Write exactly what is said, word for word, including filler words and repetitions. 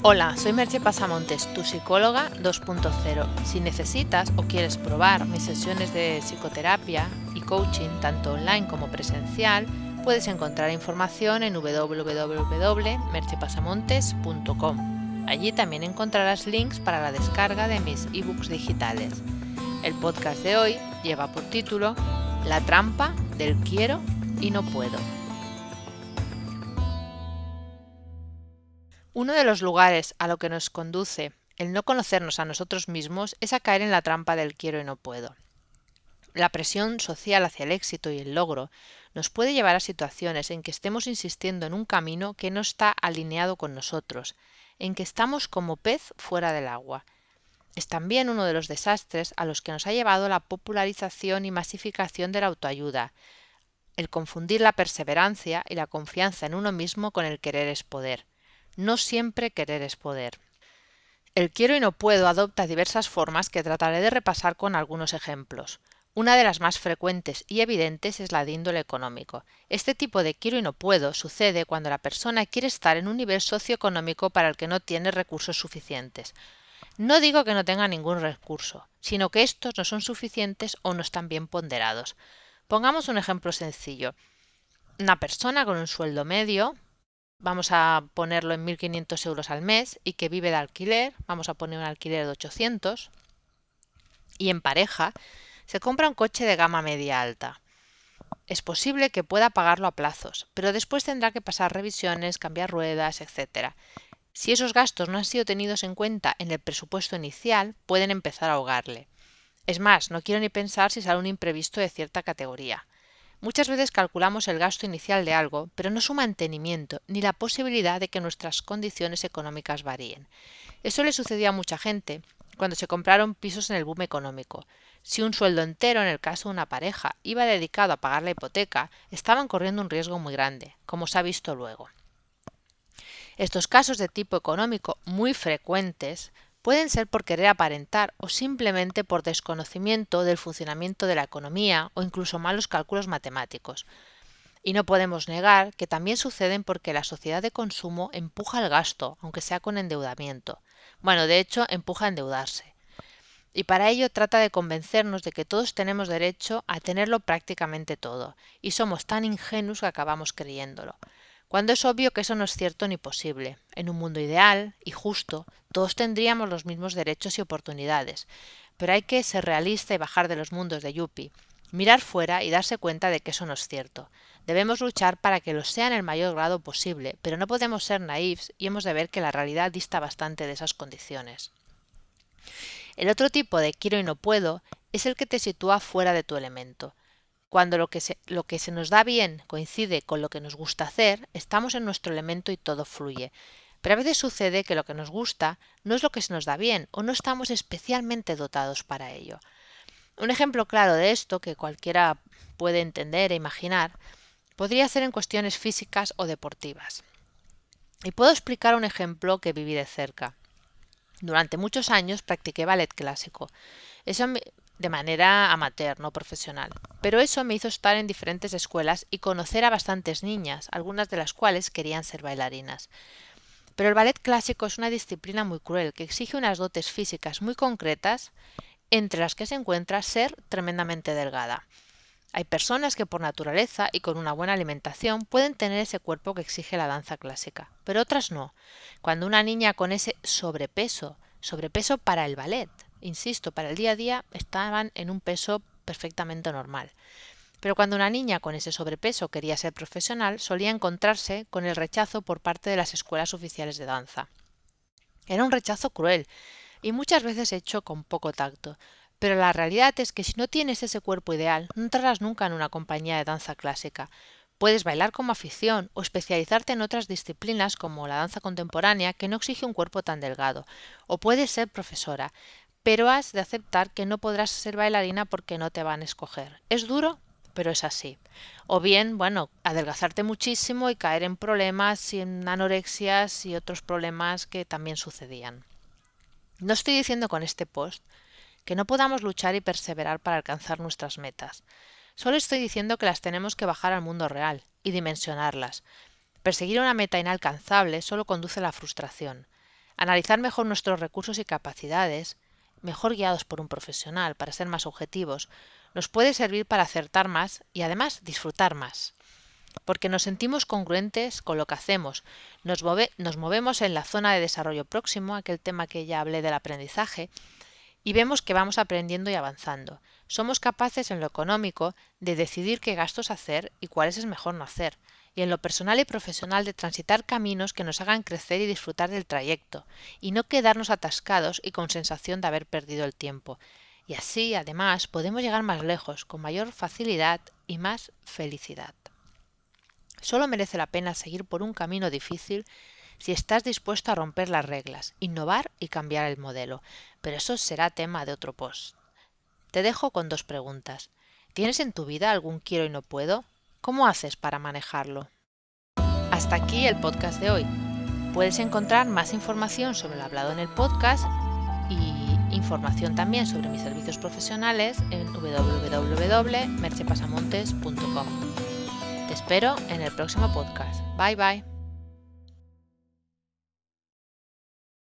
Hola, soy Merche Pasamontes, tu psicóloga dos punto cero. Si necesitas o quieres probar mis sesiones de psicoterapia y coaching, tanto online como presencial, puedes encontrar información en w w w punto merche pasamontes punto com. Allí también encontrarás links para la descarga de mis ebooks digitales. El podcast de hoy lleva por título La trampa del quiero y no puedo. Uno de los lugares a lo que nos conduce el no conocernos a nosotros mismos es a caer en la trampa del quiero y no puedo. La presión social hacia el éxito y el logro nos puede llevar a situaciones en que estemos insistiendo en un camino que no está alineado con nosotros, en que estamos como pez fuera del agua. Es también uno de los desastres a los que nos ha llevado la popularización y masificación de la autoayuda, el confundir la perseverancia y la confianza en uno mismo con el querer es poder. No siempre querer es poder. El quiero y no puedo adopta diversas formas que trataré de repasar con algunos ejemplos. Una de las más frecuentes y evidentes es la de índole económico. Este tipo de quiero y no puedo sucede cuando la persona quiere estar en un nivel socioeconómico para el que no tiene recursos suficientes. No digo que no tenga ningún recurso, sino que estos no son suficientes o no están bien ponderados. Pongamos un ejemplo sencillo. Una persona con un sueldo medio, vamos a ponerlo en mil quinientos euros al mes y que vive de alquiler, vamos a poner un alquiler de ochocientos, y en pareja se compra un coche de gama media alta. Es posible que pueda pagarlo a plazos, pero después tendrá que pasar revisiones, cambiar ruedas, etcétera. Si esos gastos no han sido tenidos en cuenta en el presupuesto inicial, pueden empezar a ahogarle. Es más, no quiero ni pensar si sale un imprevisto de cierta categoría. Muchas veces calculamos el gasto inicial de algo, pero no su mantenimiento ni la posibilidad de que nuestras condiciones económicas varíen. Eso le sucedió a mucha gente cuando se compraron pisos en el boom económico. Si un sueldo entero, en el caso de una pareja, iba dedicado a pagar la hipoteca, estaban corriendo un riesgo muy grande, como se ha visto luego. Estos casos de tipo económico muy frecuentes pueden ser por querer aparentar o simplemente por desconocimiento del funcionamiento de la economía o incluso malos cálculos matemáticos. Y no podemos negar que también suceden porque la sociedad de consumo empuja el gasto, aunque sea con endeudamiento. Bueno, de hecho, empuja a endeudarse. Y para ello trata de convencernos de que todos tenemos derecho a tenerlo prácticamente todo, y somos tan ingenuos que acabamos creyéndolo. Cuando es obvio que eso no es cierto ni posible. En un mundo ideal y justo, todos tendríamos los mismos derechos y oportunidades, pero hay que ser realista y bajar de los mundos de yuppie, mirar fuera y darse cuenta de que eso no es cierto. Debemos luchar para que lo sea en el mayor grado posible, pero no podemos ser naïfs y hemos de ver que la realidad dista bastante de esas condiciones. El otro tipo de quiero y no puedo es el que te sitúa fuera de tu elemento. Cuando lo que, se, lo que se nos da bien coincide con lo que nos gusta hacer, estamos en nuestro elemento y todo fluye. Pero a veces sucede que lo que nos gusta no es lo que se nos da bien o no estamos especialmente dotados para ello. Un ejemplo claro de esto, que cualquiera puede entender e imaginar, podría ser en cuestiones físicas o deportivas. Y puedo explicar un ejemplo que viví de cerca. Durante muchos años practiqué ballet clásico. Eso me, de manera amateur, no profesional. Pero eso me hizo estar en diferentes escuelas y conocer a bastantes niñas, algunas de las cuales querían ser bailarinas. Pero el ballet clásico es una disciplina muy cruel que exige unas dotes físicas muy concretas, entre las que se encuentra ser tremendamente delgada. Hay personas que por naturaleza y con una buena alimentación pueden tener ese cuerpo que exige la danza clásica, pero otras no. Cuando una niña con ese sobrepeso, sobrepeso para el ballet, insisto, para el día a día estaban en un peso perfectamente normal. Pero cuando una niña con ese sobrepeso quería ser profesional, solía encontrarse con el rechazo por parte de las escuelas oficiales de danza. Era un rechazo cruel y muchas veces hecho con poco tacto. Pero la realidad es que si no tienes ese cuerpo ideal, no entrarás nunca en una compañía de danza clásica. Puedes bailar como afición o especializarte en otras disciplinas como la danza contemporánea que no exige un cuerpo tan delgado. O puedes ser profesora, pero has de aceptar que no podrás ser bailarina porque no te van a escoger. Es duro, pero es así. O bien, bueno, adelgazarte muchísimo y caer en problemas y en anorexias y otros problemas que también sucedían. No estoy diciendo con este post que no podamos luchar y perseverar para alcanzar nuestras metas. Solo estoy diciendo que las tenemos que bajar al mundo real y dimensionarlas. Perseguir una meta inalcanzable solo conduce a la frustración. Analizar mejor nuestros recursos y capacidades, mejor guiados por un profesional para ser más objetivos, nos puede servir para acertar más y además disfrutar más. Porque nos sentimos congruentes con lo que hacemos, nos, move, nos movemos en la zona de desarrollo próximo, aquel tema que ya hablé del aprendizaje, y vemos que vamos aprendiendo y avanzando. Somos capaces en lo económico de decidir qué gastos hacer y cuáles es mejor no hacer, y en lo personal y profesional de transitar caminos que nos hagan crecer y disfrutar del trayecto, y no quedarnos atascados y con sensación de haber perdido el tiempo. Y así, además, podemos llegar más lejos, con mayor facilidad y más felicidad. Solo merece la pena seguir por un camino difícil si estás dispuesto a romper las reglas, innovar y cambiar el modelo, pero eso será tema de otro post. Te dejo con dos preguntas. ¿Tienes en tu vida algún quiero y no puedo? ¿Cómo haces para manejarlo? Hasta aquí el podcast de hoy. Puedes encontrar más información sobre lo hablado en el podcast y información también sobre mis servicios profesionales en w w w punto merche pasamontes punto com. Te espero en el próximo podcast. Bye bye.